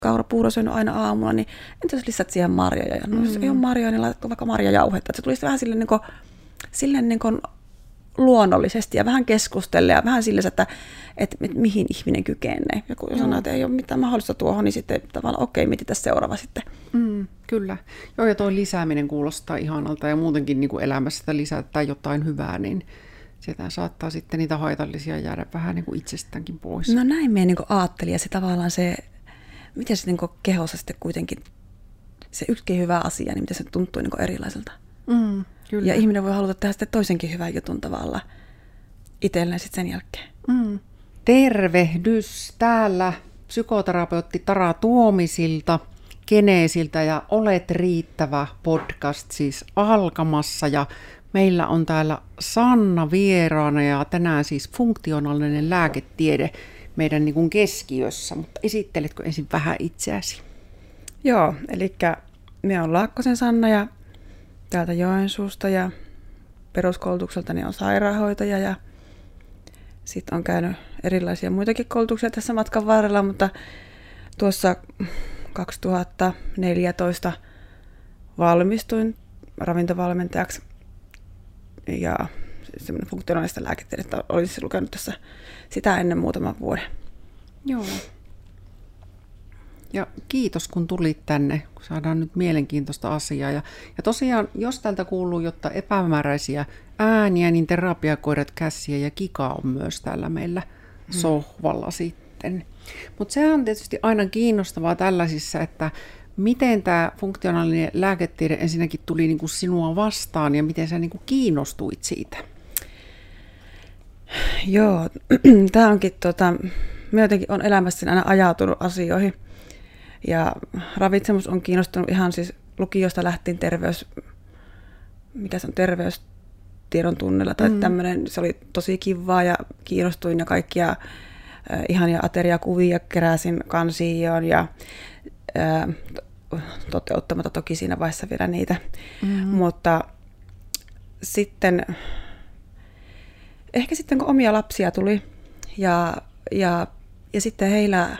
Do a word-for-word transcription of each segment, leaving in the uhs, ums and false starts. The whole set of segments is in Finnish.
kaurapuuro syönyt aina aamulla, niin entä jos lisät siihen marjoja? Ja no, jos mm. ei ole marjoja, niin laitatko vaikka marjajauhetta. Että se tulisi vähän silleen, niin kuin, silleen niin kuin luonnollisesti ja vähän keskustella ja vähän silleen, että, että, että mihin ihminen kykenee. Ja kun mm. sanoo, että ei ole mitään mahdollista tuohon, niin sitten tavallaan okei, mietitään seuraava sitten. Mm, kyllä. Joo, ja tuo lisääminen kuulostaa ihanalta ja muutenkin niin kuin elämässä sitä lisätään jotain hyvää, niin sitä saattaa sitten niitä haitallisia jäädä vähän niin kuin itsestäänkin pois. No näin minä niin kuin ajattelin ja se tavallaan se, miten se niin kuin kehossa sitten kuitenkin, se yksikin hyvä asia, niin miten se tuntuu niin kuin erilaiselta. Mm, kyllä. Ja ihminen voi haluta tehdä sitten toisenkin hyvän jutun tavalla itselleen sitten sen jälkeen. Mm. Tervehdys täällä psykoterapeutti Tara Tuomisilta, Geneesiltä ja Olet riittävä podcast siis alkamassa ja meillä on täällä Sanna vieraana ja tänään siis funktionaalinen lääketiede meidän niin kuin keskiössä, mutta esitteletkö ensin vähän itseäsi? Joo, eli minä olen Laakkosen Sanna ja täältä Joensuusta ja peruskoulutukseltani on sairaanhoitaja ja sitten on käynyt erilaisia muitakin koulutuksia tässä matkan varrella, mutta tuossa kaksituhattaneljätoista valmistuin ravintovalmentajaksi ja semmoinen funktionaalista lääketiedettä olisin lukenut tässä sitä ennen muutaman vuoden. Joo. Ja kiitos kun tulit tänne, kun saadaan nyt mielenkiintoista asiaa. Ja, ja tosiaan, jos täältä kuuluu jotta epämääräisiä ääniä, niin terapiakoirat Kässiä ja Kika on myös täällä meillä hmm. sohvalla sitten. Mutta sehän on tietysti aina kiinnostavaa tällaisissa, että miten tämä funktionaalinen lääketiede ensinnäkin tuli niinku sinua vastaan ja miten sä niinku kiinnostuit siitä? Joo, tämä onkin, tota, minä jotenkin olen elämässäni aina ajautunut asioihin. Ja ravitsemus on kiinnostunut ihan siis lukiosta lähtien terveys, mitä se on, terveystiedon tunnilla tai mm. tämmöinen. Se oli tosi kivaa ja kiinnostuin ja kaikkia äh, ihania ateriakuvia keräsin kansioon ja äh, toteuttamatta toki siinä vaiheessa vielä niitä. Mm. Mutta sitten, ehkä sitten kun omia lapsia tuli ja, ja, ja sitten heillä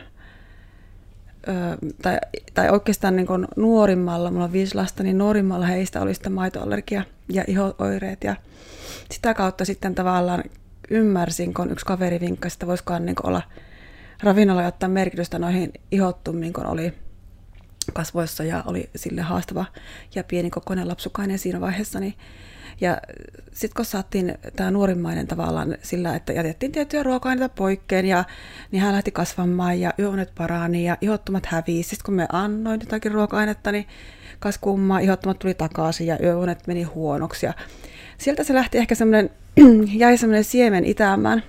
Tai, tai oikeastaan niin kuin nuorimmalla, mulla on viisi lasta, niin nuorimmalla heistä oli sitten maitoallergia ja iho-oireet. Ja sitä kautta sitten tavallaan ymmärsin, kun yksi kaveri vinkkasi, että voisikohan niin kuin olla ravinnolla ja ottaa merkitystä noihin ihottumiin, kun oli kasvoissa ja oli sille haastava ja pieni kokoinen lapsukainen siinä vaiheessa. Niin ja sitten kun saatiin tämä nuorimmainen tavallaan sillä, että jätettiin tiettyjä ruoka-aineita poikkeen, ja, niin hän lähti kasvamaan ja yöunet parani ja ihottumat hävisi. Sitten kun me annoin jotakin ruoka-ainetta, niin kas kummaa, ihottumat tuli takaisin ja yöunet meni huonoksi. Ja sieltä se lähti ehkä semmoinen, jäi semmoinen siemen itämään.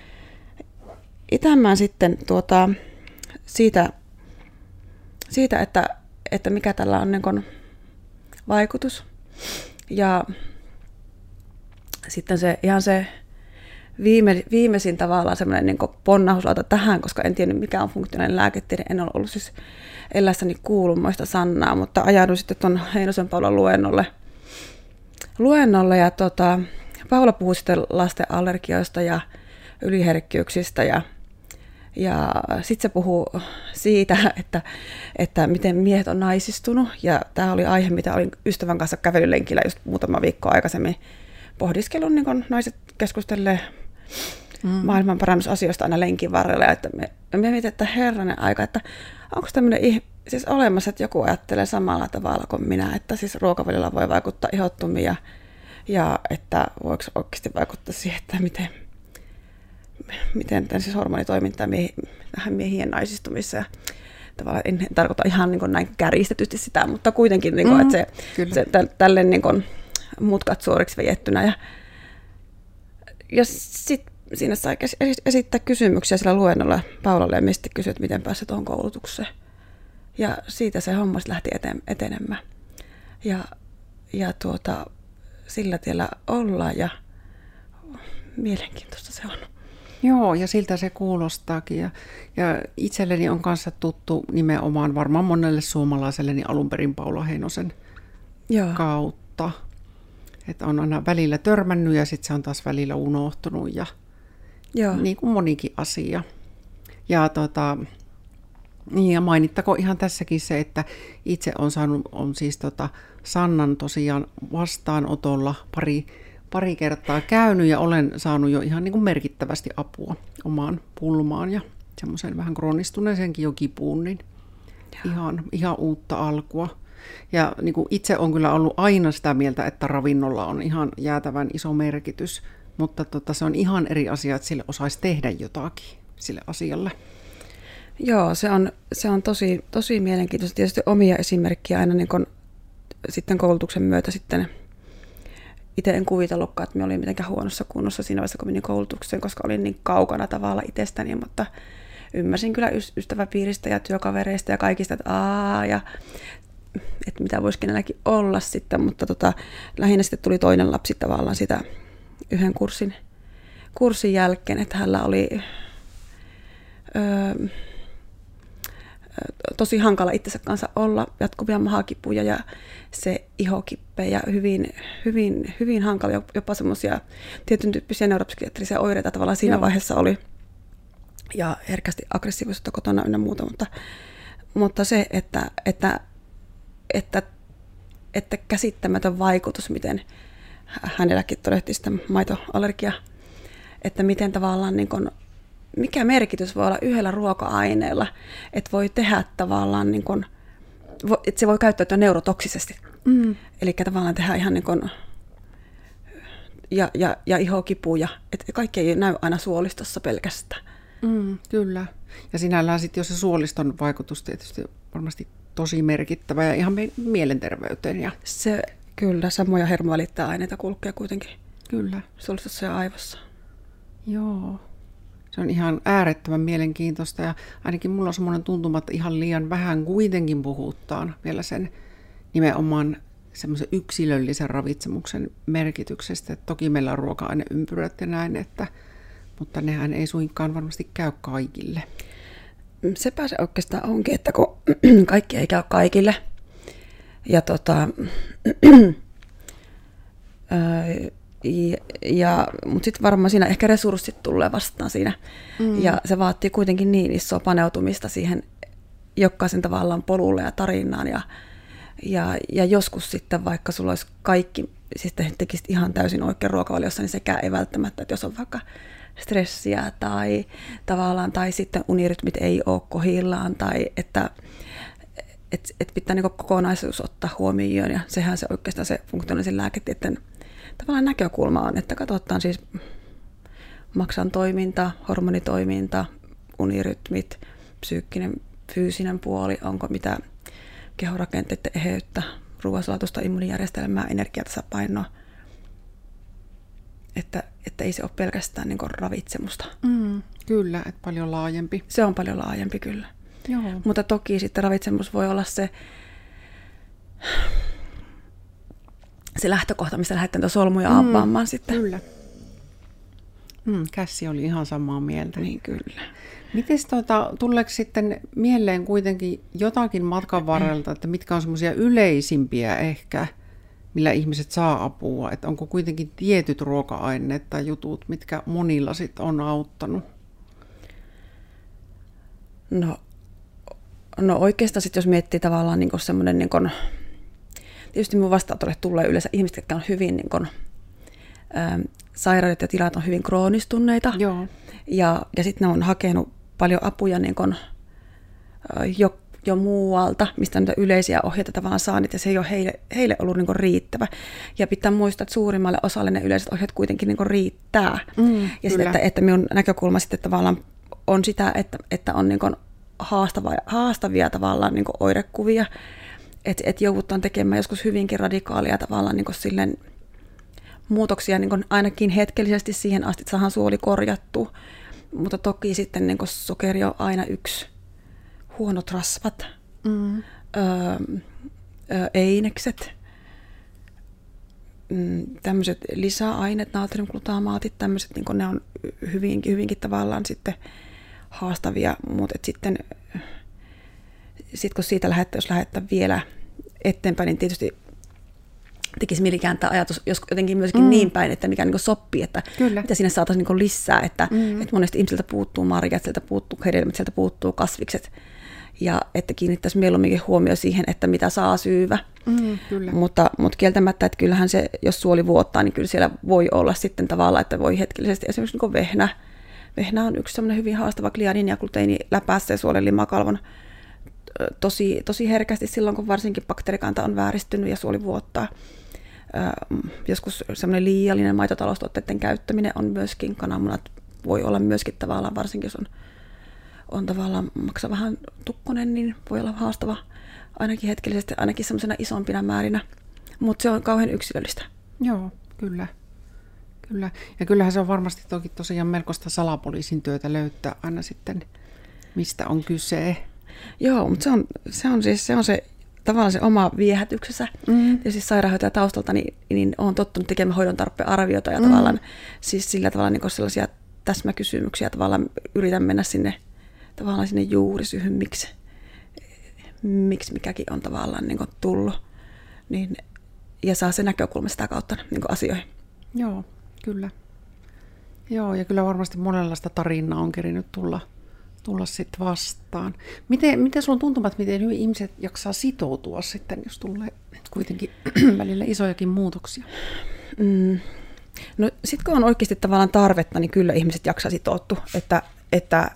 Itämään sitten tuota, siitä, siitä että, että mikä tällä on niin kuin vaikutus. Ja sitten se ihan se viime, viimeisin tavallaan semmoinen niin kuin ponnahuslauta tähän, koska en tiennyt mikä on funktionaalinen lääketiede, en ole ollut siis elässäni kuulumoista Sannaa, mutta ajauduin sitten tuon Heinosen Paulan luennolle. luennolle ja tota, Paula puhui sitten lasten allergioista ja yliherkkyyksistä ja, ja sitten se puhuu siitä, että, että miten miehet on naisistunut ja tämä oli aihe, mitä olin ystävän kanssa kävelylenkillä just muutama viikko aikaisemmin pohdiskelun, niin kun naiset keskustelee mm. maailman parannusasioista aina lenkin varrella. Että me, me mietin, että herranen aika, että onko tämmöinen siis olemassa, että joku ajattelee samalla tavalla kuin minä, että siis ruokavaliolla voi vaikuttaa ihottumiin ja, ja että voiko oikeasti vaikuttaa siihen, että miten, miten tämän siis hormonitoimintaa miehi, miehien naisistumissa. Ja tavallaan en tarkoita ihan niin kuin näin kärjistetysti sitä, mutta kuitenkin, niin kuin, mm, että se, se tälleen niin kuin mutkat suoriksi vejettynä. Ja, ja sitten siinä sai esittää kysymyksiä sillä luennolla Paulalle ja mistä kysyi, että miten päässyt tuohon koulutukseen. Ja siitä se homma lähti eteen, etenemään. Ja, ja tuota, sillä tiellä ollaan ja mielenkiintoista se on. Joo, ja siltä se kuulostaakin. Ja, ja itselleni on kanssa tuttu nimenomaan varmaan monelle suomalaiselle niin alun perin Paula Heinosen Joo. kautta. Että on aina välillä törmännyt ja sitten se on taas välillä unohtunut ja Joo. niin kuin monikin asia. Ja tota, Niin, ja mainittako ihan tässäkin se, että itse on saanut, on siis tota Sannan tosiaan vastaanotolla pari, pari kertaa käynyt ja olen saanut jo ihan niin kuin merkittävästi apua omaan pulmaan ja semmoisen vähän kroonistuneeseenkin jo kipuun, niin ihan, ihan uutta alkua. Ja niin kuin itse on kyllä ollut aina sitä mieltä, että ravinnolla on ihan jäätävän iso merkitys, mutta tota, se on ihan eri asia, että sille osaisi tehdä jotakin sille asialle. Joo, se on, se on tosi, tosi mielenkiintoista. Tietysti omia esimerkkejä aina niin kun, sitten koulutuksen myötä sitten itse en kuvitellutkaan, että minä olin mitenkään huonossa kunnossa siinä vaiheessa, kun menin koulutukseen, koska olin niin kaukana tavalla itsestäni, mutta ymmärsin kyllä ystäväpiiristä ja työkavereista ja kaikista, että aah, ja että mitä voisi kenelläkin olla sitten, mutta tota, lähinnä sitten tuli toinen lapsi tavallaan sitä yhden kurssin, kurssin jälkeen, että hänellä oli öö, tosi hankala itsensä kanssa olla, jatkuvia mahakipuja ja se ihokippe ja hyvin, hyvin, hyvin hankala, jopa semmoisia tietyn tyyppisiä neuropsykiatrisia oireita tavallaan siinä Joo. vaiheessa oli ja herkästi aggressiivisuutta kotona ynnä muuta, mutta, mutta se, että, että, että, että käsittämätön vaikutus, miten hänelläkin todettiin sitä maitoallergia, että miten tavallaan niin kuin mikä merkitys voi olla yhdellä ruoka-aineella, että voi tehdä tavallaan, niin kuin, että se voi käyttäytyä neurotoksisesti. Mm. Eli tavallaan tehdä ihan niin kuin, ja, ja, ja ihokipuja, että kaikki ei näy aina suolistossa pelkästään. Mm, kyllä. Ja sinällään sitten, jos se suoliston vaikutus tietysti varmasti tosi merkittävä ja ihan me- mielenterveyteen. Ja se kyllä, samoja hermovälittäjäaineita kulkee kuitenkin. Kyllä. Suolistossa ja aivossa. Joo. Se on ihan äärettömän mielenkiintoista ja ainakin mulla on semmoinen tuntuma, että ihan liian vähän kuitenkin puhutaan vielä sen nimenomaan semmoisen yksilöllisen ravitsemuksen merkityksestä. Että toki meillä on ruoka-aineympyrät ja näin, että, mutta nehän ei suinkaan varmasti käy kaikille. Sepä se oikeastaan onkin, että kun kaikki ei käy kaikille. Ja tota... Ja, ja, mutta sitten varmaan siinä ehkä resurssit tulee vastaan siinä. Mm. Ja se vaatii kuitenkin niin isoa paneutumista siihen jokaisen tavallaan polulle ja tarinaan. Ja, ja, ja joskus sitten vaikka sulla olisi kaikki, siis tekisit ihan täysin oikein ruokavaliossa, niin sekään ei välttämättä, että jos on vaikka stressiä tai tavallaan, tai sitten unirytmit ei ole kohdillaan, tai että et, et pitää niin kokonaisuus ottaa huomioon. Ja sehän se oikeastaan se funktionaalisen lääketieteen tavallaan näkökulma on, että katsotaan siis maksan toiminta, hormonitoiminta, unirytmit, psyykkinen, fyysinen puoli, onko mitä kehorakenteiden eheyttä, ruoansulatusta, immuunijärjestelmää, energiatasapainoa. Että, että ei se ole pelkästään niin kuin ravitsemusta. Mm, kyllä, että paljon laajempi. Se on paljon laajempi, kyllä. Joo. Mutta toki sitten ravitsemus voi olla se se lähtökohta, mistä lähdetään solmuja mm, avaamaan sitten. Kyllä. Mm, Kässi oli ihan samaa mieltä. Niin kyllä. Mites tuota, tuleeko sitten mieleen kuitenkin jotakin matkan varrelta, että mitkä on semmoisia yleisimpiä ehkä, millä ihmiset saa apua? Että onko kuitenkin tietyt ruoka-aineet tai jutut, mitkä monilla sitten on auttanut? No, no oikeastaan sitten jos miettii tavallaan niin kuin semmoinen niin kuin tietysti minun vastaanotolle tulee yleensä ihmiset, jotka on hyvin niin kuin, ä, sairaudet ja tilat on hyvin kroonistuneita. Joo. Ja, ja sitten ne on hakenut paljon apuja niin kuin, ä, jo, jo muualta, mistä niitä yleisiä ohjeita tavallaan saanut, ja se ei ole heille, heille ollut niin kuin riittävä. Ja pitää muistaa, että suurimmalle osalle ne yleiset ohjeet kuitenkin niin kuin riittää. Mm, ja sitten, että, että minun näkökulma sitten tavallaan on sitä, että, että on niin kuin haastavia, haastavia tavallaan niin kuin oirekuvia, että et joudutaan tekemään joskus hyvinkin radikaalia tavallaan niin kuin silleen muutoksia niin kuin ainakin hetkellisesti siihen asti, että saadaan suoli korjattua. Mutta toki sitten niin kuin sokeri on aina yksi, huonot rasvat, mm. öö, öö, einekset, tämmöiset lisäaineet, natriumglutamaatit, tämmöiset, niin kuin ne on hyvinkin, hyvinkin tavallaan sitten haastavia, mutta sitten sit kun siitä lähdettä, jos lähdetään vielä eteenpäin, niin tietysti tekisi mieli kääntää ajatus jos jotenkin myöskin mm. niin päin, että mikä niin sopii, että Kyllä. mitä sinne saataisiin niin lisää, että, mm. että monesti ihmisiltä puuttuu marjat, sieltä puuttuu hedelmät, sieltä puuttuu kasvikset, ja että kiinnittäisi mieluumminkin huomio siihen, että mitä saa syyvä. Mm, kyllä. Mutta, mutta kieltämättä, että kyllähän se, jos suoli vuottaa, niin kyllä siellä voi olla sitten tavallaan, että voi hetkellisesti esimerkiksi niin vehnä. Vehnä on yksi semmoinen hyvin haastava gliadin ja gluteini läpäisee suolen limakalvon tosi, tosi herkästi silloin, kun varsinkin bakteerikanta on vääristynyt ja suoli vuottaa. Joskus semmoinen liiallinen maitotaloustuotteiden käyttäminen on myöskin, kananmunat voi olla myöskin tavallaan, varsinkin jos on, on tavallaan maksaa vähän tukkonen, niin voi olla haastava ainakin hetkellisesti, ainakin semmoisena isompina määrinä, mutta se on kauhean yksilöllistä. Joo, kyllä. Kyllä. Ja kyllähän se on varmasti toki tosiaan melkoista salapoliisin työtä löytää aina sitten, mistä on kyse. Joo, mutta se on, se on siis se on se tavallaan se oma viehätyksessä. Mm. Ja siis sairaanhoitaja taustalta, niin, niin olen tottunut tekemään hoidon tarpeen arviota ja mm. tavallaan siis sillä tavalla niin sellaisia täsmäkysymyksiä, tavallaan yritän mennä sinne tavallaan sinne juurisyyhyn, miksi, miksi mikäkin on tavallaan niin tullut. Niin, ja saa se näkökulma sitä kautta niin asioihin. Joo, kyllä. Joo, ja kyllä varmasti monenlaista tarinaa on kerinyt tulla, tulla sitten vastaan. Miten, miten sulla on tuntumat, miten hyvin ihmiset jaksaa sitoutua sitten, jos tulee kuitenkin välillä isojakin muutoksia? Mm. No sitten kun on oikeasti tavallaan tarvetta, niin kyllä ihmiset jaksaa sitoutua, että, että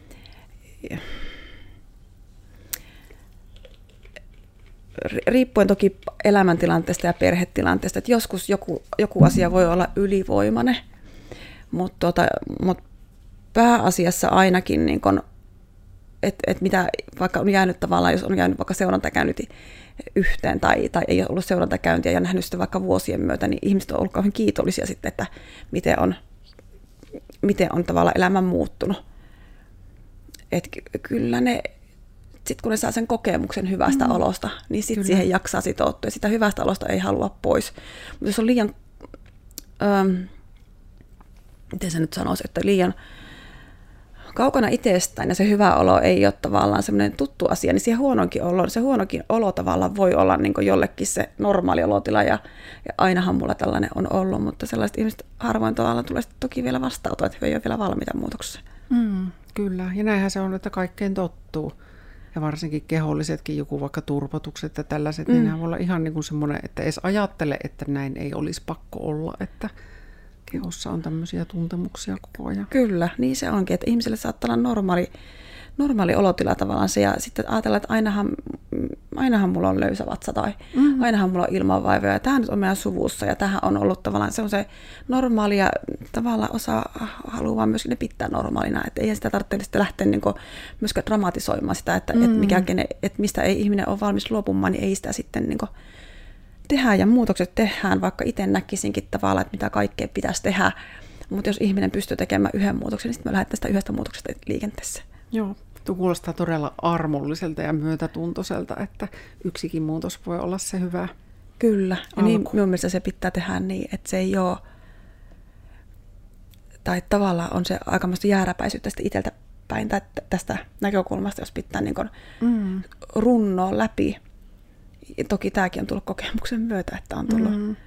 riippuen toki elämäntilanteesta ja perhetilanteesta, että joskus joku, joku asia voi olla ylivoimainen, mutta tota, mut pääasiassa ainakin, niin että et mitä vaikka on jäänyt tavallaan, jos on jäänyt vaikka seurantakäynti yhteen tai, tai ei ole ollut seurantakäyntiä ja nähnyt sitä vaikka vuosien myötä, niin ihmiset on ollut kauhean kiitollisia sitten, että miten on, miten on tavallaan elämä muuttunut. Et kyllä ne, sitten kun ne saa sen kokemuksen hyvästä mm. olosta, niin sitten siihen jaksaa sitoutua. Ja sitä hyvästä olosta ei halua pois. Mutta jos on liian, ähm, miten se nyt sanoisi, että liian kaukana itsestään ja se hyvä olo ei ole tavallaan semmoinen tuttu asia, niin siihen huonokin olo, se huonokin olo tavallaan voi olla niin kuin jollekin se normaali olotila ja, ja ainahan mulla tällainen on ollut, mutta sellaiset ihmiset harvoin tavallaan tulee toki vielä vastautua, että he ei ole vielä valmiita muutokseen. Mm, kyllä, ja näinhän se on, että kaikkeen tottuu. Ja varsinkin kehollisetkin, joku vaikka turpotukset ja tällaiset, mm. niin nämä voi olla ihan niin kuin semmoinen, että edes ajattele, että näin ei olisi pakko olla, että kehossa on tämmöisiä tuntemuksia koko ajan. Kyllä, niin se onkin, että ihmiselle saattaa olla normaali, normaali olotila tavallaan se, ja sitten ajatellaan, että ainahan, ainahan mulla on löysä vatsa tai mm. ainahan mulla on ilmanvaivoja, ja tämä nyt on meidän suvussa, ja tähän on ollut tavallaan, se on se normaali, ja tavallaan osa haluaa myöskin ne pitää normaalina, että ei sitä tarvitse sitten lähteä niin myöskään dramatisoimaan sitä, että, mm. että, mikä, että mistä ei ihminen ole valmis luopumaan, niin ei sitä sitten niin tehdään, ja muutokset tehdään, vaikka itse näkisinkin tavallaan, että mitä kaikkea pitäisi tehdä, mutta jos ihminen pystyy tekemään yhden muutoksen, niin sitten me lähdetään sitä yhdestä muutoksesta liikenteessä. Joo, tuo kuulostaa todella armolliselta ja myötätuntoiselta, että yksikin muutos voi olla se hyvä. Kyllä, ja niin minun mielestä se pitää tehdä niin, että se ei ole, tai tavallaan on se aikamoista jääräpäisyyttä sitten itseltä päin tästä näkökulmasta, jos pitää niin kuin mm. runnoa läpi. Ja toki tämäkin on tullut kokemuksen myötä, että on tullut mm.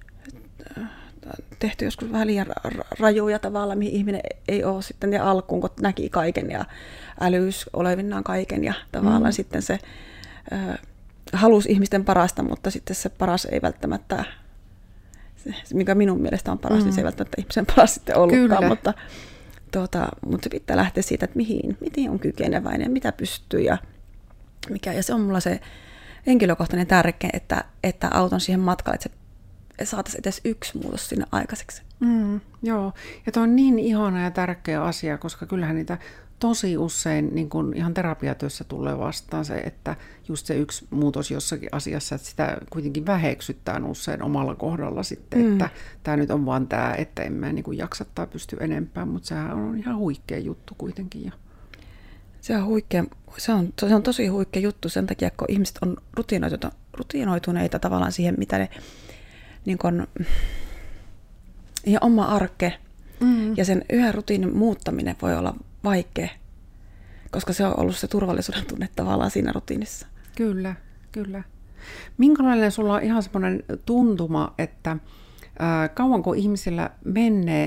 tehty joskus vähän liian rajuja tavalla, mihin ihminen ei ole sitten ja alkuun, kun näki kaiken ja älyys olevinnaan kaiken ja tavallaan mm. sitten se äh, halusi ihmisten parasta, mutta sitten se paras ei välttämättä, se, mikä minun mielestä on paras, mm. niin se ei välttämättä ihmisen paras sitten ollutkaan, mutta, tuota, mutta se pitää lähteä siitä, että mihin, mihin on kykeneväinen, mitä pystyy ja mikä, ja se on mulla se henkilökohtainen tärkeä, että, että auton siihen matkalle, että se saataisiin edes yksi muutos sinne aikaiseksi. Mm, joo, ja tuo on niin ihana ja tärkeä asia, koska kyllähän niitä tosi usein niin kun ihan terapiatyössä tulee vastaan se, että just se yksi muutos jossakin asiassa, että sitä kuitenkin väheksytään usein omalla kohdalla sitten, mm. että tämä nyt on vaan tämä, että en mä niin kun jaksa tai pysty enempään, mutta sehän on ihan huikea juttu kuitenkin. Ja Se on, huikea, se, on, se on tosi huikea juttu sen takia, kun ihmiset on rutiinoituneita, rutiinoituneita tavallaan siihen, mitä ne niin kun, ihan oma arke mm. ja sen yhden rutiinin muuttaminen voi olla vaikea, koska se on ollut se turvallisuuden tunne tavallaan siinä rutiinissa. Kyllä, kyllä. Minkälainen sulla on ihan semmoinen tuntuma, että ää, kauanko ihmisillä menee,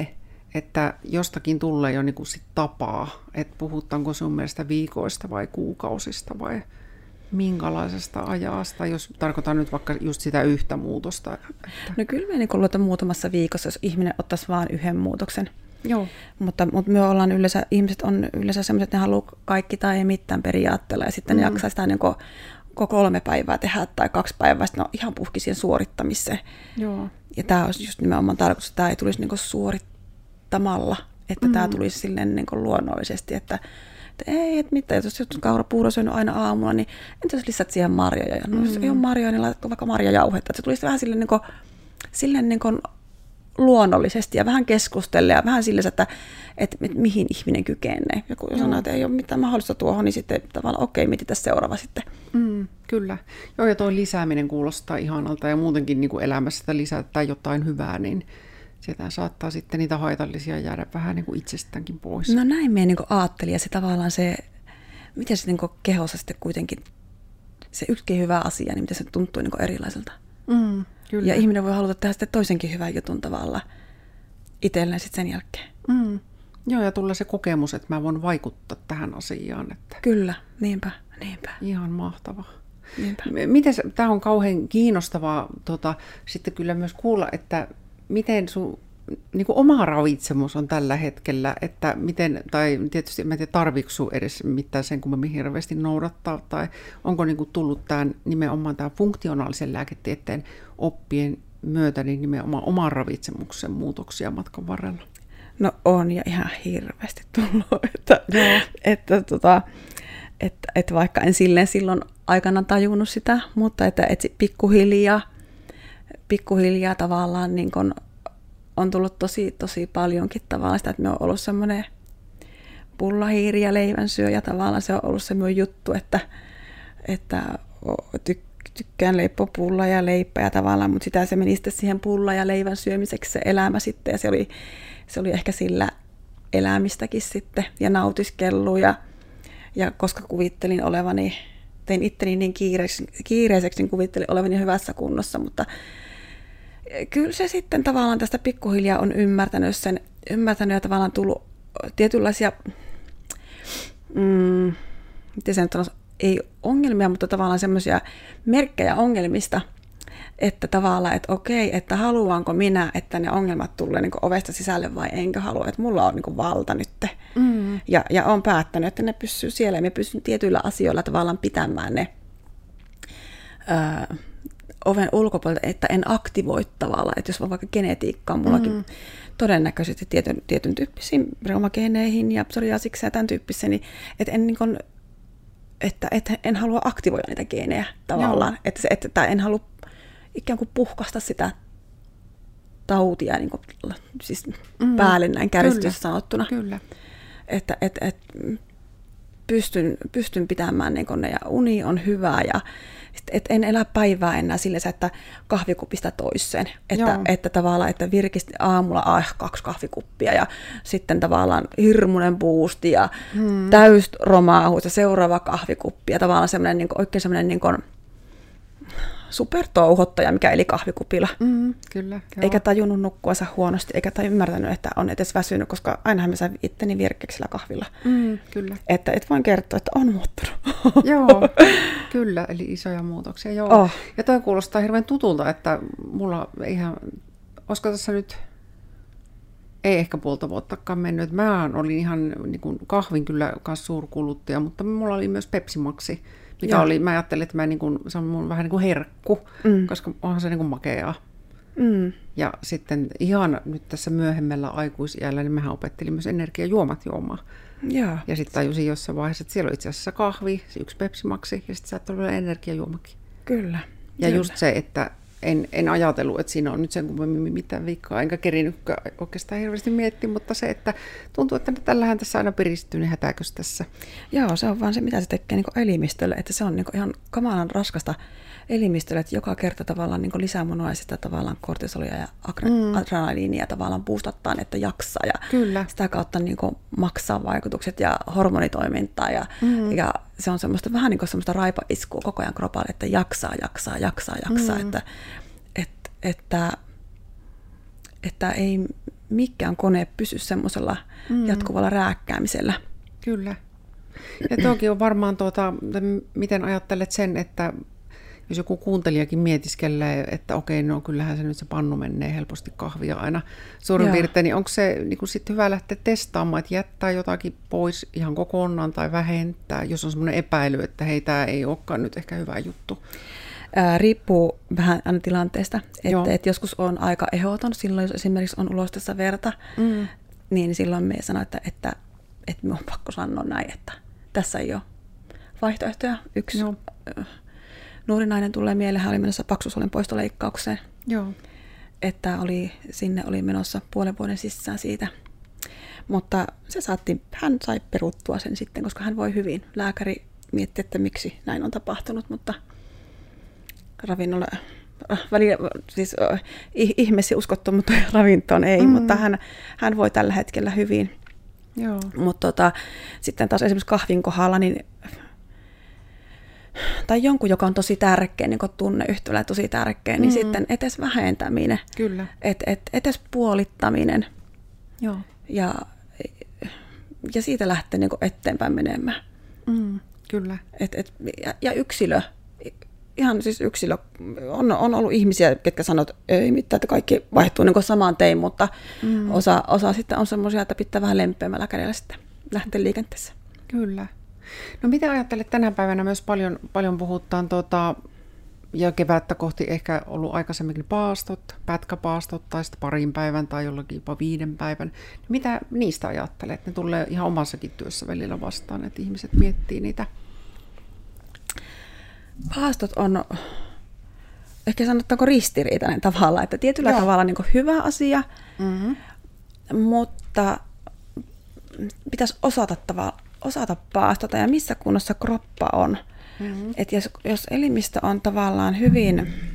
että jostakin tulee jo niin kuin sit tapaa, että puhutaanko sun mielestä viikoista vai kuukausista vai minkälaisesta ajasta, jos tarkoitan nyt vaikka just sitä yhtä muutosta. Että... No kyllä me niin luotan muutamassa viikossa, jos ihminen ottaisi vain yhden muutoksen. Joo. Mutta, mutta me ollaan yleensä, ihmiset on yleensä sellaiset, että ne haluaa kaikki tai ei mitään periaatteella, ja sitten mm. ne jaksaa sitä niin koko kolme päivää tehdä tai kaksi päivää, sitten ne on ihan puhki siihen suorittamiseen. Joo. Ja tämä olisi just nimenomaan tarkoitus, että tämä ei tulisi niin suorittamalla, että mm. tämä tulisi silleen niin luonnollisesti, että että ei, että mitä, jos olet kaurapuuro syönyt aina aamulla, niin entä jos lisät siihen marjoja? Ja no, mm. jos ei ole marjoja, niin laitatko vaikka marjajauhetta. Että se tulisi vähän silleen, niin kuin, silleen niin kuin luonnollisesti ja vähän keskustella ja vähän silleen, että, että, että mihin ihminen kykenee. Ja kun sanoo, että ei ole mitään mahdollista tuohon, niin sitten tavallaan okei, mietitään seuraava sitten. Mm, kyllä. Joo, ja tuo lisääminen kuulostaa ihanalta ja muutenkin niin kuin elämässä lisätään jotain hyvää, niin sieltä saattaa sitten niitä haitallisia jäädä vähän niin kuin itsestäänkin pois. No näin me niin ajattelin, ja se tavallaan se, miten se niin kehossa sitten kuitenkin, se yksikin hyvä asia, niin miten se tuntuu niin erilaiselta. Mm, kyllä. Ja ihminen voi haluta tehdä sitten toisenkin hyvän jutun tavalla itselleen sitten sen jälkeen. Mm. Joo, ja tulla se kokemus, että mä voin vaikuttaa tähän asiaan. Että... Kyllä, niinpä, niinpä. Ihan mahtavaa. Miten tämä on kauhean kiinnostavaa tota, sitten kyllä myös kuulla, että miten sun niin kuin oma ravitsemus on tällä hetkellä, että miten, tai tietysti en tiedä, tarvitsetko sun edes mitään sen kummemmin hirveästi noudattaa, tai onko niin kuin tullut tämän, nimenomaan tämän funktionaalisen lääketieteen oppien myötä niin nimenomaan oman ravitsemuksen muutoksia matkan varrella? No on, ja ihan hirveästi tullut, että, että, tota, että, että vaikka en silleen silloin aikana tajunnut sitä, mutta että, että pikkuhiljaa, pikkuhiljaa tavallaan niin kun on tullut tosi, tosi paljonkin tavallaan sitä, että me on ollut semmoinen pullahiiri ja leivänsyöjä tavallaan. Se on ollut semmoinen juttu, että, että tyk- tykkään leipoa pullaa ja leipää tavallaan, mutta sitä se meni sitten siihen pulla ja leivän syömiseksi se elämä sitten. Ja se oli, se oli ehkä sillä elämistäkin sitten ja nautiskellut. Ja, ja koska kuvittelin olevani, tein itteni niin kiireiseksi, kiireiseksi niin kuvittelin olevani hyvässä kunnossa, mutta kyllä se sitten tavallaan tästä pikkuhiljaa on ymmärtänyt sen, ymmärtänyt ja tavallaan tullut tietynlaisia, mm, miten se nyt on, ei ongelmia, mutta tavallaan semmoisia merkkejä ongelmista, että tavallaan, että okei, että haluanko minä, että ne ongelmat tulee niin kuin ovesta sisälle vai enkä halua, että mulla on niin kuin valta nyt. Mm. Ja, ja olen päättänyt, että ne pysyy siellä ja me pystyn tietyillä asioilla tavallaan pitämään ne Öö, oven ulkopuolelta, että en aktivoi tavallaan, että jos on vaikka genetiikkaa, mullakin mm. todennäköisesti tietyn, tietyn tyyppisiin reumageneihin ja psoriasikseen ja tämän tyyppisiin, niin että en, niin kuin, että, että en halua aktivoida niitä geenejä tavallaan, että, että, että en halua ikään kuin puhkasta sitä tautia niin kuin, siis mm. päälle näin kärjistyssä sanottuna. Kyllä. Että, että, että pystyn, pystyn pitämään niin kuin ne, ja uni on hyvä ja et en elä päivää enää silleen, että kahvikupista toiseen. Että, että tavallaan, että virkisti aamulla ah, kaksi kahvikuppia ja sitten tavallaan hirmuinen boosti ja hmm. täys romaahuus ja seuraava kahvikuppi. Ja tavallaan semmoinen, niin kuin, oikein semmoinen niin kuin supertouhottaja, mikä eli kahvikupilla. Mm, kyllä, joo. Eikä tajunnut nukkuansa huonosti, eikä tai ymmärtänyt, että on edes väsynyt, koska ainahan mä sain itteni virkkeäksi kahvilla. Mm, kyllä. Että et voin kertoa, että on muuttunut. Joo, kyllä, eli isoja muutoksia. Joo. Oh. Ja toi kuulostaa hirveän tutulta, että mulla ihan, olisiko tässä nyt, ei ehkä puolta vuottakaan mennyt. Mä olin ihan niin kuin kahvin kyllä kanssa suurkuluttaja, mutta mulla oli myös Pepsi Maxi. Mikä Joo. oli, mä ajattelin, että mä niin kuin, se on mun vähän niin kuin herkku, mm. koska onhan se niin kuin makeaa. Mm. Ja sitten ihan nyt tässä myöhemmällä aikuisiällä, niin mähän opettelin myös energiajuomat juomaan. Joo. Ja sitten tajusin jossain vaiheessa, että siellä on itse asiassa kahvi, se yksi Pepsi Maxi, ja sitten saattoi olla energiajuomakin. Kyllä. Ja Kyllä. just se, että en, en ajatellut, että siinä on nyt sen kummemmin mitään viikkoa, enkä kerinyt oikeastaan hirveästi miettiä, mutta se, että tuntuu, että tällähän tässä aina piristyy, niin hätääkös tässä? Joo, se on vaan se, mitä se tekee niin kuin elimistölle, että se on niin kuin ihan kamalan raskasta elimistölle, että joka kerta tavallaan niin kuin lisää munuaisista tavallaan kortisolia ja mm. adrenaliinia tavallaan boostattaa, että jaksaa ja Kyllä. sitä kautta niin kuin maksaa vaikutukset ja hormonitoimintaa ja, mm. ja se on semmoista vähän niin kuin semmoista raipaiskua koko ajan kropalle, että jaksaa, jaksaa, jaksaa, jaksaa, mm. että, että, että, että ei mikään kone pysy semmoisella mm. jatkuvalla rääkkäämisellä. Kyllä. Ja toki on varmaan, tuota, miten ajattelet sen, että jos joku kuuntelijakin mietiskelee, että okei, no kyllähän se nyt se pannu menee helposti kahvia aina suurin Joo. piirtein, niin onko se niin kuin sit hyvä lähteä testaamaan, että jättää jotakin pois ihan kokonaan tai vähentää, jos on semmoinen epäily, että hei, tämä ei olekaan nyt ehkä hyvä juttu? Ää, riippuu vähän aina tilanteesta, että et joskus on aika ehdoton, silloin jos esimerkiksi on ulostessa verta, mm. niin silloin me sanoo, että, että, että minun on pakko sanoa näin, että tässä ei ole vaihtoehtoja. Yksi Joo. nuori nainen tulee mieleen, hän oli menossa paksusolin poistoleikkaukseen, Joo. että oli, sinne oli menossa puolen vuoden sisään siitä. Mutta se saatti, hän sai peruttua sen sitten, koska hän voi hyvin. Lääkäri mietti, että miksi näin on tapahtunut, mutta ravinnolla, välillä, siis ihmeessä uskottu, mutta ravintoon ei, mm. mutta hän, hän voi tällä hetkellä hyvin. Joo. Mutta tota, sitten taas esimerkiksi kahvin kohdalla, niin, tai jonkun, joka on tosi tärkeä, niin kuin tunneyhtälö tosi tärkeä, niin mm. sitten etes vähentäminen, Kyllä. Et, et, etes puolittaminen Joo. Ja, ja siitä lähtee niin kuin eteenpäin menemään. Mm. Kyllä. Et, et, ja, ja yksilö, ihan siis yksilö, on, on ollut ihmisiä, ketkä sanoo, että ei mitään, että kaikki vaihtuu niin kuin samaan tein, mutta mm. osa, osa sitten on semmoisia, että pitää vähän lempeämmällä kädellä sitten lähteä liikenteessä. Kyllä. No mitä ajattelet, tänä päivänä myös paljon, paljon puhutaan, tuota, ja kevättä kohti ehkä ollut aikaisemminkin paastot, pätkäpaastot tai sitten parin päivän tai jollakin jopa viiden päivän. Mitä niistä ajattelet? Ne tulee ihan omassakin työssä välillä vastaan, että ihmiset miettii niitä. Paastot on ehkä sanotaanko ristiriitainen tavalla, että tietyllä Joo. tavalla niin kuin hyvä asia, mm-hmm. mutta pitäisi osata, tavalla, osata paastota ja missä kunnossa kroppa on. Mm-hmm. Et jos, jos elimistö on tavallaan hyvin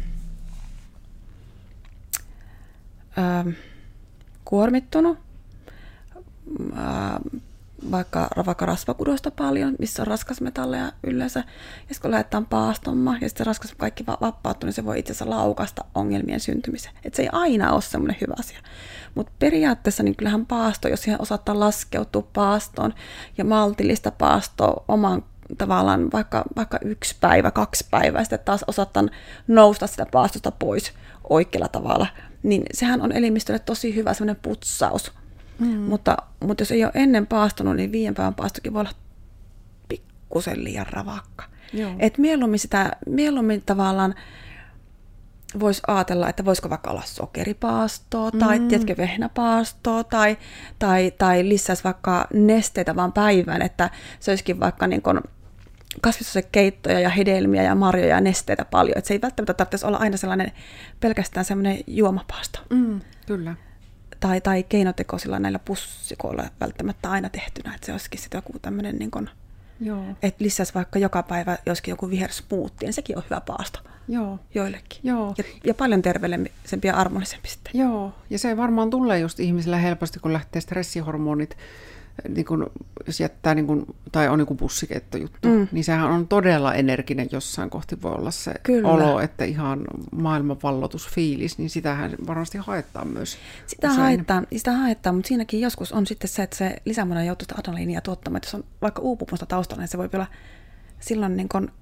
ö, kuormittunut, ö, vaikka, vaikka rasvakudosta paljon, missä on raskasmetalleja yleensä, ja sitten kun lähdetään paastomaan, ja sitten raskas kaikki vapauttuu, niin se voi itse asiassa laukasta ongelmien syntymiseen. Et se ei aina ole semmoinen hyvä asia. Mutta periaatteessa niin kyllähän paasto, jos siihen osataan laskeutua paastoon, ja maltillista paastoa oman tavallaan vaikka, vaikka yksi päivä, kaksi päivää, sitten taas osataan nousta sitä paastosta pois oikealla tavalla, niin sehän on elimistölle tosi hyvä semmoinen putsaus. Mm. Mutta, mutta jos ei ole ennen paastunut, niin viiden päivän paastokin voi olla pikkusen liian ravakka. Et mieluummin, sitä, mieluummin tavallaan voisi ajatella, että voisiko vaikka olla sokeripaastoa tai mm. tiedätkö, vehnäpaastoa tai, tai, tai lisäisi vaikka nesteitä vaan päivään, että se olisikin vaikka niin kuin kasviskeittoja ja hedelmiä ja marjoja ja nesteitä paljon. Et se ei välttämättä tarvitsisi olla aina sellainen pelkästään semmoinen juomapaasto. Mm, kyllä. Tai, tai keinotekoisilla näillä pussikoilla välttämättä aina tehtynä, että se olisikin sitten joku tämmöinen, niin kuin, että lisäisi vaikka joka päivä joskin joku vihersmoothie, niin sekin on hyvä paasto. Joo. Joillekin. Joo. Ja, ja paljon terveellisempi ja armonisempi sitten. Joo, ja se varmaan tulee just ihmisillä helposti, kun lähtee stressihormonit, niin kun, jos jättää, niin kun, tai on joku pussikeittojuttu, mm. niin sehän on todella energinen jossain kohti voi olla se Kyllä. olo, että ihan maailman vallotusfiilis, niin sitähän varmasti haetaan myös. Sitä haetaan, sitä haetaan, mutta siinäkin joskus on sitten se, että se lisämona joutuu sitä adrenaliinia tuottamaan, että jos on vaikka uupumusta taustalla, niin se voi olla silloin niin kun,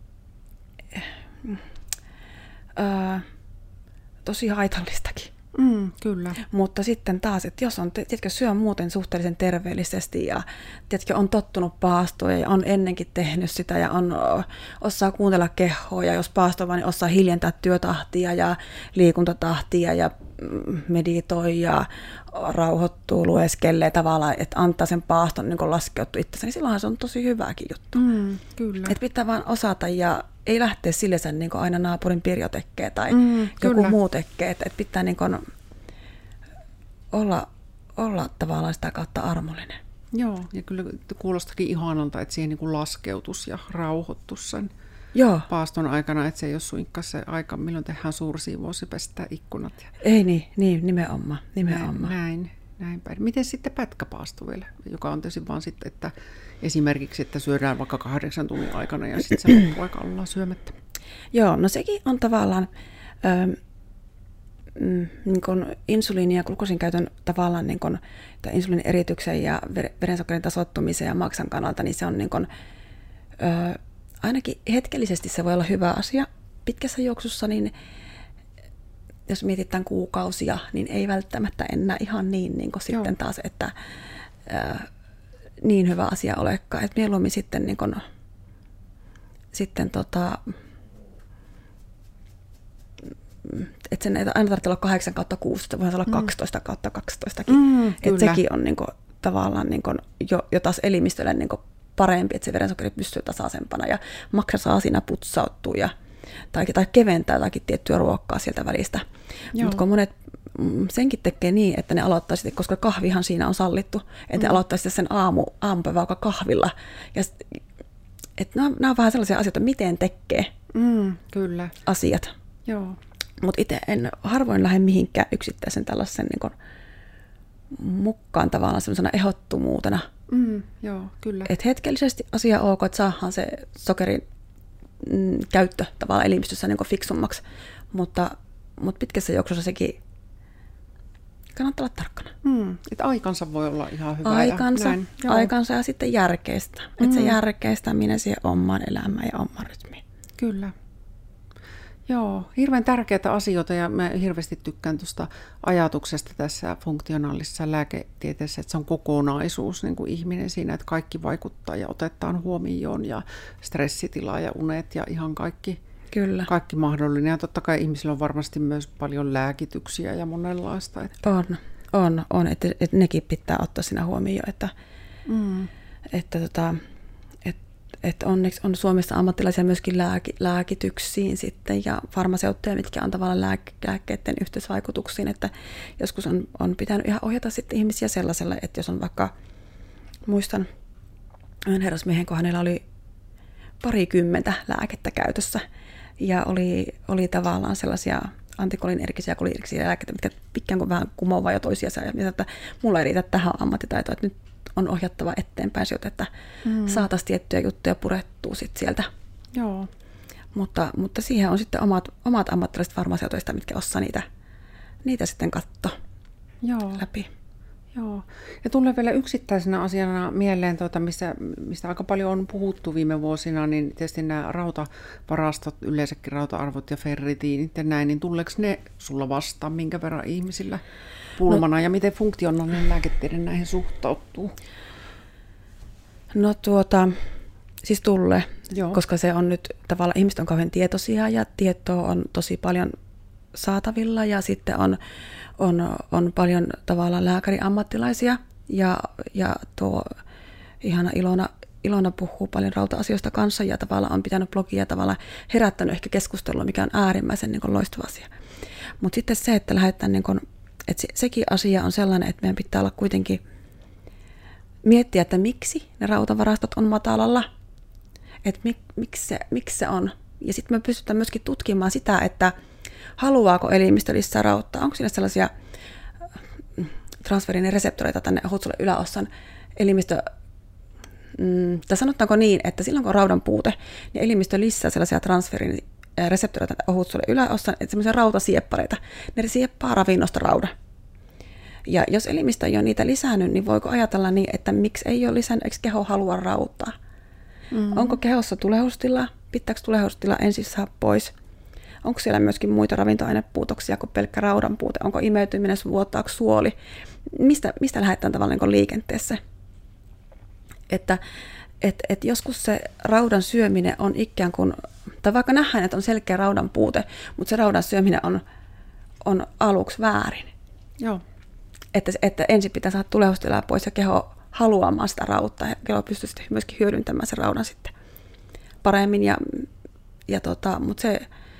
Öö, tosi haitallistakin. Mm, kyllä. Mutta sitten taas, että jos on, tiedätkö, syö muuten suhteellisen terveellisesti ja tiedätkö, on tottunut paastoja ja on ennenkin tehnyt sitä ja on, osaa kuuntella kehoa ja jos paastova, niin osaa hiljentää työtahtia ja liikuntatahtia ja meditoi ja rauhoittuu, lueskelee tavallaan, että antaa sen paaston niin laskeutua itsensä, niin silloinhan se on tosi hyväkin juttu. Mm, kyllä. Että pitää vaan osata ja ei lähteä sille sen niin aina naapurin Pirjo tekee tai mm, joku kyllä. muu tekee, että et pitää niin olla, olla tavallaan sitä kautta armollinen. Joo, ja kyllä kuulostakin ihanalta, että siihen niin laskeutus ja rauhoittus sen Joo. paaston aikana, että se ei ole suinkaan se aika, milloin tehdään suursiivous ja pestää ikkunat. Ja ei niin, niin nimenomaan. nimenomaan. Näin, näin, näin päin. Miten sitten pätkäpaasto vielä, joka on tietysti vaan sitten, että esimerkiksi, että syödään vaikka kahdeksan tunnin aikana ja sitten se loppuaika ollaan syömättä. Joo, no sekin on tavallaan, ö, mm, niin kuin insuliinin ja glukoosin käytön tavallaan niin kuin, insuliinin erityksen ja verensokerin tasoittumisen ja maksan kannalta, niin se on niin kuin, ö, ainakin hetkellisesti se voi olla hyvä asia. Pitkässä juoksussa, niin jos mietitään kuukausia, niin ei välttämättä enää ihan niin, niin kuin sitten taas, että ö, niin hyvä asia olekaan. Että mieluummin sitten, niin kuin, sitten tota, että sen ei aina tarvitse olla kahdeksan kautta kuusi, voi olla kaksitoista kautta kaksitoista. Mm, että sekin on niin kuin, tavallaan niin kuin, jo, jo taas elimistölle niin kuin parempi, että se verensokeri pystyy tasaisempana ja maksa saa siinä putsauttua ja, tai, tai keventää jotakin tiettyä ruokaa sieltä välistä. Mutta kun monet senkin tekee niin, että ne aloittaa sitten, koska kahvihan siinä on sallittu, että mm. ne aloittaa sitten sen aamu, aamupäivä vaikka kahvilla. Ja, että nämä, nämä on vähän sellaisia asioita, miten tekee mm, kyllä. asiat. Joo. Mutta itse en harvoin lähde mihinkään yksittäisen tällaisen niin kun, mukaan tavallaan sellaisena ehdottomuutena. Mm, joo, kyllä. Et hetkellisesti asia ok, että saadaan se sokerin mm, käyttö tavallaan elimistössä niin fiksummaksi, mutta, mutta pitkässä juoksussa sekin kannattaa olla tarkkana. Mm, että aikansa voi olla ihan hyvä. Aikansa, ja, näin, aikansa ja sitten järkeistä. Mm. Että se järkeistäminen siihen omaan elämään ja omaan rytmiin. Kyllä. Joo, hirveän tärkeitä asioita ja mä hirveästi tykkään tuosta ajatuksesta tässä funktionaalisessa lääketieteessä, että se on kokonaisuus niin kuin ihminen siinä, että kaikki vaikuttaa ja otetaan huomioon ja stressitila ja unet ja ihan kaikki, Kyllä. kaikki mahdollinen. Ja totta kai ihmisillä on varmasti myös paljon lääkityksiä ja monenlaista. Että... On, on, on että, että nekin pitää ottaa siinä huomioon, että, mm. että tota, että onneksi on Suomessa ammattilaisia myöskin lääki, lääkityksiin sitten ja farmaseutteja, mitkä on tavallaan lääke, lääkkeiden yhteisvaikutuksiin, että joskus on, on pitänyt ihan ohjata sitten ihmisiä sellaisella, että jos on vaikka, muistan yhden herrasmiehen, kun hänellä oli parikymmentä lääkettä käytössä ja oli, oli tavallaan sellaisia antikolinergisiä ja kolinergisiä lääkkeitä, mitkä pitkään kuin vähän kumoavaa jo toisiansa ja mitä, että mulla ei riitä tähän ammattitaitoa, että nyt on ohjattava eteenpäin sieltä, että mm. saataisiin tiettyjä juttuja purettua sit sieltä. Joo. Mutta, mutta siihen on sitten omat, omat ammattilaiset farmaseutoista, mitkä osaa niitä, niitä sitten katsoa Joo. läpi. Joo. Ja tulee vielä yksittäisenä asiana mieleen, tuota, mistä, mistä aika paljon on puhuttu viime vuosina, niin tietysti nämä rautavarastot, yleensäkin rauta-arvot ja ferritiinit ja näin, niin tuleeko ne sulla vastaan, minkä verran ihmisillä pulmana, no, ja miten funktionaalinen lääketiede näihin suhtautuu? No tuota, siis tulee, Joo. koska se on nyt tavallaan, ihmiset on kauhean tietoisia ja tietoa on tosi paljon saatavilla ja sitten on, on, on paljon tavallaan lääkäriammattilaisia ja, ja tuo ihana Ilona, Ilona puhuu paljon rauta-asioista kanssa ja tavallaan on pitänyt blogia ja tavallaan herättänyt ehkä keskustelua, mikä on äärimmäisen niin kuin loistava asia. Mutta sitten se, että lähdetään niin kuin, että se, sekin asia on sellainen, että meidän pitää olla kuitenkin miettiä, että miksi ne rautavarastot on matalalla, että mik, miksi, se, miksi se on. Ja sitten me pystytään myöskin tutkimaan sitä, että haluaako elimistö lisää rauttaa, onko siinä sellaisia transferin reseptoreita tänne ohutsuolen yläossan elimistö, mm, tai sanotaanko niin, että silloin kun on raudan puute, niin elimistö lisää sellaisia transferin reseptoreita ohutsuolen yläossan, että semmoisia rautasieppareita, ne sieppaa ravinnosta raudan. Ja jos elimistö ei ole niitä lisännyt, niin voiko ajatella niin, että miksi ei ole lisännyt, eikö keho halua rautaa? Mm-hmm. Onko kehossa tulehdustila? Pitääkö tulehdustila ensin saada pois? Onko siellä myöskin muita ravintoainepuutoksia kuin pelkkä raudan puute? Onko imeytyminen, vuotaako suoli? Mistä, mistä lähdetään tavallaan niin liikenteessä? Että et, et joskus se raudan syöminen on ikään kuin, tai vaikka nähdään, että on selkeä raudan puute, mutta se raudan syöminen on, on aluksi väärin. Joo. Että, että ensin pitää saada tulehdustilaa pois ja keho haluamaan sitä rauttaa. Ja keho pystyy sitten myöskin hyödyntämään sen raudan sitten paremmin. Ja, ja tota, mutta se,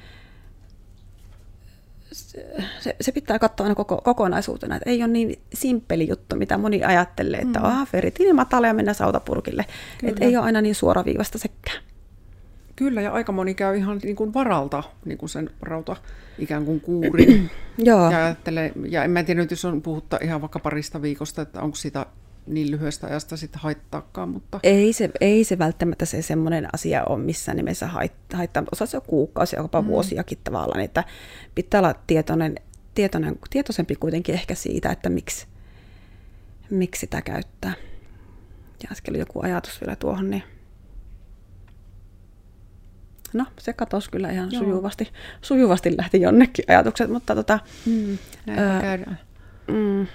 se, se pitää katsoa aina koko, kokonaisuutena. Että ei ole niin simppeli juttu, mitä moni ajattelee, että mm. aha, ferritiini matala ja mennään sautapurkille. Että ei ole aina niin suoraviivasta sekään. Kyllä, ja aika moni käy ihan niin kuin varalta niin kuin sen rauta ikään kuin kuurin. Joo. Ja, ajattelee, ja en mä tiedä nyt, jos on puhuttu ihan vaikka parista viikosta, että onko sitä niin lyhyestä ajasta sitten haittaakaan. Mutta... Ei, se, ei se välttämättä se semmoinen asia ole missään nimessä haittaa. Osa se on kuukausi, jopa mm. vuosiakin tavallaan, että pitää olla tietoinen tietoinen, tietoisempi kuitenkin ehkä siitä, että miksi, miksi sitä käyttää. Ja äsken oli joku ajatus vielä tuohon, niin no, se katosi kyllä ihan Joo. sujuvasti. Sujuvasti lähti jonnekin ajatukset, mutta tota... Mm, näin käydään. Mm,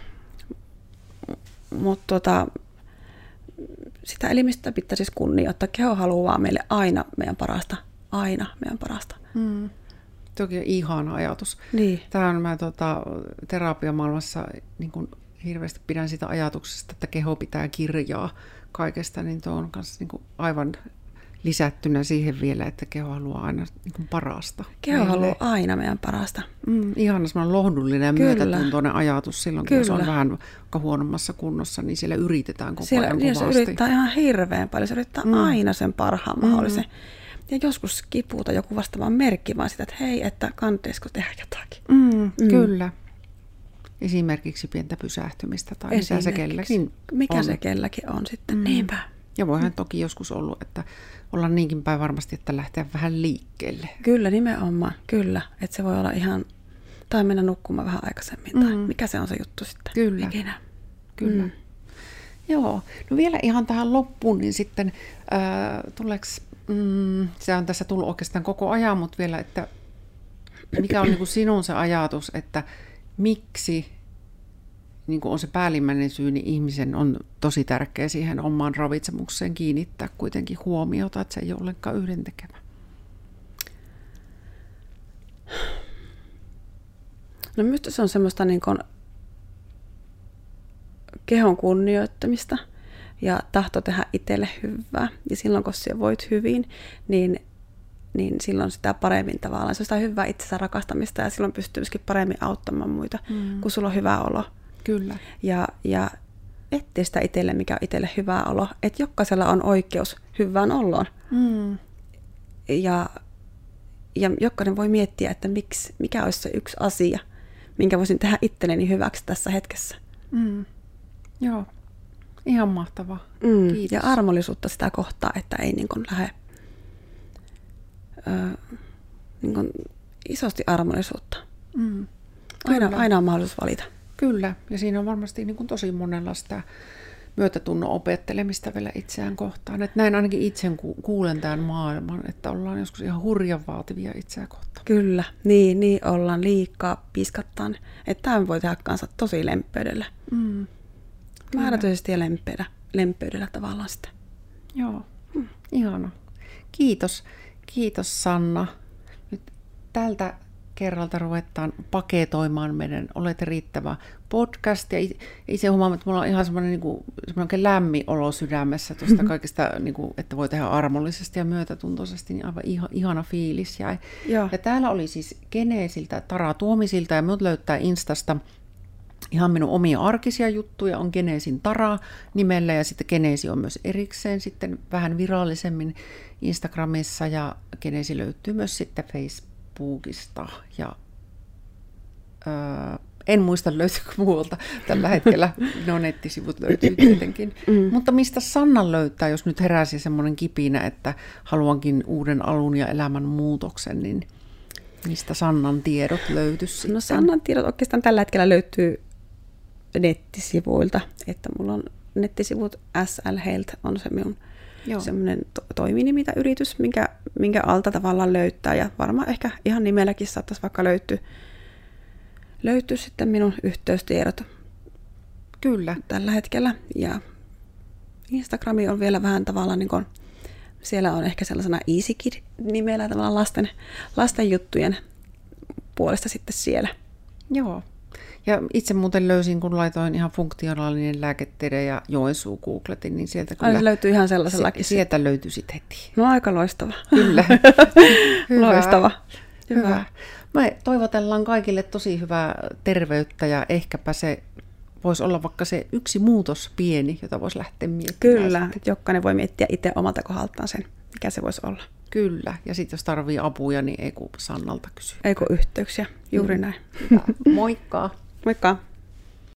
mutta tota, sitä elimistöä pitäisi siis kunnioittaa. Keho haluaa meille aina meidän parasta. Aina meidän parasta. Mm. Toki on ihana ajatus. Niin. Tämä on mä tota, terapiamaailmassa niin kun hirveästi pidän sitä ajatuksesta, että keho pitää kirjaa kaikesta, niin tuo on kanssa niin kun aivan lisättynä siihen vielä, että keho haluaa aina niin kun parasta. Keho meille. haluaa aina meidän parasta. Mm, ihana semmoinen lohdullinen ja Kyllä. myötätuntoinen ajatus silloin, kun se on vähän huonommassa kunnossa, niin siellä yritetään koko siellä, ajan kovasti. Se yrittää ihan hirveän paljon, se yrittää mm. aina sen parhaan mahdollisen. Mm. Ja joskus kipuuta joku vastaava merkki vaan sitä, että hei, että kannattaisiko tehdä jotakin. Mm, mm. Kyllä. Esimerkiksi pientä pysähtymistä tai mitä se kelläkin Mikä on. se kelläkin on sitten, Mm. niinpä. Ja voihan toki joskus ollut, että ollaan niinkin päin varmasti, että lähteä vähän liikkeelle. Kyllä, nimenomaan, kyllä. Että se voi olla ihan, tai mennä nukkumaan vähän aikaisemmin, tai mm. mikä se on se juttu sitten. Kyllä. Ikinä. Kyllä. Mm. Joo, no vielä ihan tähän loppuun, niin sitten äh, tuleeko, mm, se on tässä tullut oikeastaan koko ajan, mutta vielä, että mikä on niin kuin sinun se ajatus, että miksi niin kuin on se päällimmäinen syy, niin ihmisen on tosi tärkeä siihen omaan ravitsemukseen kiinnittää kuitenkin huomiota, että se ei ole ollenkaan yhdentekevä. No minusta se on semmoista niin kuin kehon kunnioittamista ja tahto tehdä itselle hyvää. Ja silloin, kun sinä voit hyvin, niin, niin silloin sitä paremmin tavallaan. Se on sitä hyvää itsensä rakastamista ja silloin pystyy myöskin paremmin auttamaan muita, mm. kun sulla on hyvä olo. Kyllä. Ja, ja etsiä sitä itselle, mikä on itselle hyvä olo. Että jokaisella on oikeus hyvään oloon. Mm. Ja, ja jokainen voi miettiä, että miksi, mikä olisi se yksi asia, minkä voisin tehdä itselleni hyväksi tässä hetkessä. Mm. Joo, ihan mahtavaa. Mm. Kiitos. Ja armollisuutta sitä kohtaa, että ei niin kuin lähde ö, niin kuin isosti armollisuutta. Mm. Aina, aina on mahdollisuus valita. Kyllä, ja siinä on varmasti niin kuin tosi monella sitä myötätunnon opettelemista vielä itseään kohtaan. Että näin ainakin itse kuulen tämän maailman, että ollaan joskus ihan hurjan vaativia itseään kohtaan. Kyllä, niin, niin ollaan liikaa, piskattaan. Että tämä voi tehdä kanssa tosi lempeydellä. Mm. Määrätyisesti ja lempeydellä, lempeydellä tavallaan sitä. Joo, hmm. ihana. Kiitos, kiitos Sanna. Nyt tältä kerralta ruvetaan paketoimaan meidän Olet riittävä podcast. Ja itse huomaan, että mulla on ihan semmoinen, niin kuin, semmoinen lämmin olo sydämessä tuosta kaikesta, niin kuin, että voi tehdä armollisesti ja myötätuntoisesti, niin aivan ihana fiilis jäi. Joo. Ja täällä oli siis Geneesiltä Tara Tuomisilta, ja minut löytää Instasta ihan minun omia arkisia juttuja, on Geneesin Tara nimellä, ja sitten Geneesi on myös erikseen sitten vähän virallisemmin Instagramissa, ja Geneesi löytyy myös sitten Facebookista, ja öö, en muista löytyykö muualta tällä hetkellä, no nettisivut löytyy tietenkin, mm. mutta mistä Sanna löytää, jos nyt heräsi semmoinen kipinä, että haluankin uuden alun ja elämän muutoksen, niin mistä Sannan tiedot löytyisi? No Sannan tiedot oikeastaan tällä hetkellä löytyy nettisivuilta, että mulla on nettisivut S L Health on se minun semmoinen to- toiminimi tai yritys, minkä, minkä alta tavallaan löytää, ja varmaan ehkä ihan nimelläkin saattaisi vaikka löytyä, löytyä sitten minun yhteystiedot. Kyllä. Tällä hetkellä, ja Instagrami on vielä vähän tavallaan niin kuin, siellä on ehkä sellaisena Easy Kid-nimellä tavallaan lasten, lasten juttujen puolesta sitten siellä. Joo. Ja itse muuten löysin, kun laitoin ihan funktionaalinen lääketiede ja Joensuu googletin, niin sieltä kyllä... Ai, löytyy ihan sellaisellakin. Se, sieltä löytyi sitten heti. No aika loistava. Kyllä. Hyvä. Loistava. Hyvä. Hyvä. Me toivotellaan kaikille tosi hyvää terveyttä, ja ehkäpä se voisi olla vaikka se yksi muutos pieni, jota voisi lähteä miettimään. Kyllä, että jokainen voi miettiä itse omalta kohdaltaan sen, mikä se voisi olla. Kyllä, ja sitten jos tarvii apuja, niin ei kun Sannalta kysyä. Ei kun yhteyksiä, juuri mm. näin. Hyvä. Moikka! Moikka!